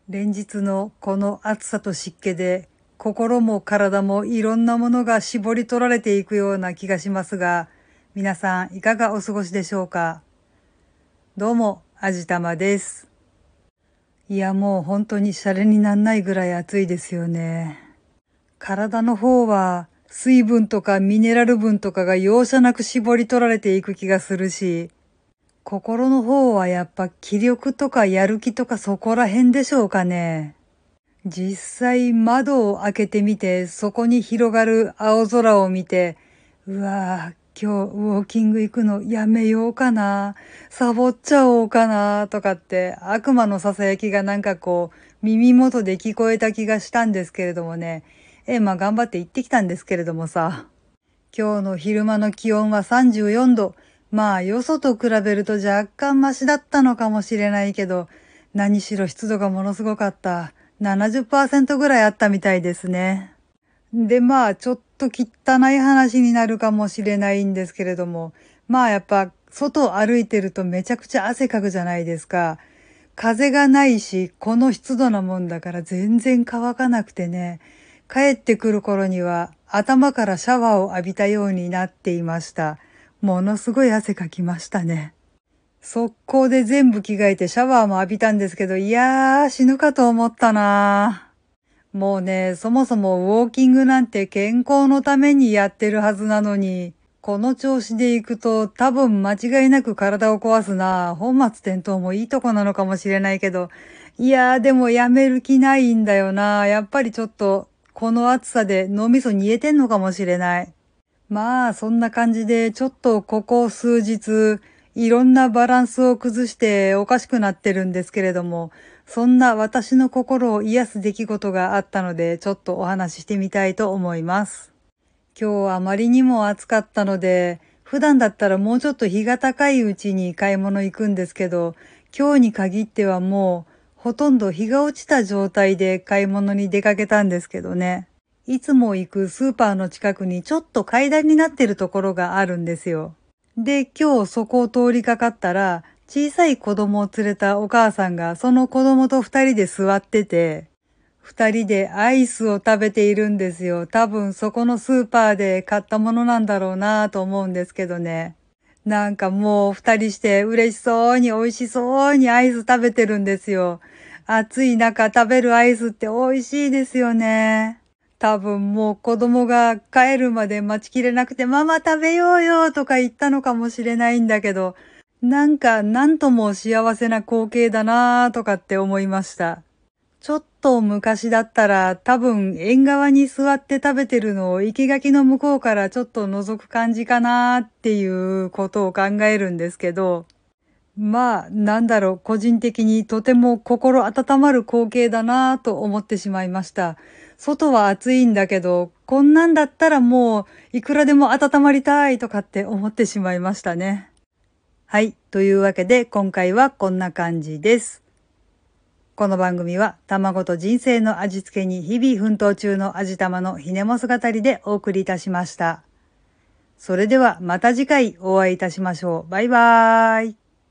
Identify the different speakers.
Speaker 1: 連日のこの暑さと湿気で心も体もいろんなものが絞り取られていくような気がしますが、皆さんいかがお過ごしでしょうか。どうも、あじたまです。いやもう本当にシャレになんないぐらい暑いですよね。体の方は水分とかミネラル分とかが容赦なく絞り取られていく気がするし、心の方はやっぱ気力とかやる気とかそこら辺でしょうかね。実際窓を開けてみて、そこに広がる青空を見て、うわぁ、今日ウォーキング行くのやめようかな、サボっちゃおうかな、とかって悪魔の囁きがなんかこう耳元で聞こえた気がしたんですけれどもね。まあ頑張って行ってきたんですけれどもさ。今日の昼間の気温は34度。まあよそと比べると若干マシだったのかもしれないけど、何しろ湿度がものすごかった。70% ぐらいあったみたいですね。でまあちょっと汚い話になるかもしれないんですけれども、まあやっぱ外を歩いてるとめちゃくちゃ汗かくじゃないですか。風がないし、この湿度なもんだから全然乾かなくてね。帰ってくる頃には頭からシャワーを浴びたようになっていました。ものすごい汗かきましたね。速攻で全部着替えてシャワーも浴びたんですけど、いやー死ぬかと思ったなー。もうね、そもそもウォーキングなんて健康のためにやってるはずなのに、この調子で行くと多分間違いなく体を壊すな。本末転倒もいいとこなのかもしれないけど、いやーでもやめる気ないんだよな。やっぱりちょっとこの暑さで脳みそ煮えてんのかもしれない。まあそんな感じでちょっとここ数日いろんなバランスを崩しておかしくなってるんですけれども、そんな私の心を癒す出来事があったのでちょっとお話ししてみたいと思います。今日はあまりにも暑かったので、普段だったらもうちょっと日が高いうちに買い物行くんですけど、今日に限ってはもうほとんど日が落ちた状態で買い物に出かけたんですけどね。いつも行くスーパーの近くにちょっと階段になってるところがあるんですよ。で、今日そこを通りかかったら、小さい子供を連れたお母さんがその子供と二人で座ってて、二人でアイスを食べているんですよ。多分そこのスーパーで買ったものなんだろうなと思うんですけどね。なんかもう二人して嬉しそうに美味しそうにアイス食べてるんですよ。暑い中食べるアイスって美味しいですよね。多分もう子供が帰るまで待ちきれなくてママ食べようよとか言ったのかもしれないんだけど、なんかなんとも幸せな光景だなぁとかって思いました。ちょっと昔だったら多分縁側に座って食べてるのを生垣の向こうからちょっと覗く感じかなっていうことを考えるんですけど、まあなんだろう、個人的にとても心温まる光景だなと思ってしまいました。外は暑いんだけど、こんなんだったらもういくらでも温まりたいとかって思ってしまいましたね。はい。というわけで今回はこんな感じです。この番組は卵と人生の味付けに日々奮闘中の味玉のひねも姿りでお送りいたしました。それではまた次回お会いいたしましょう。バイバーイ。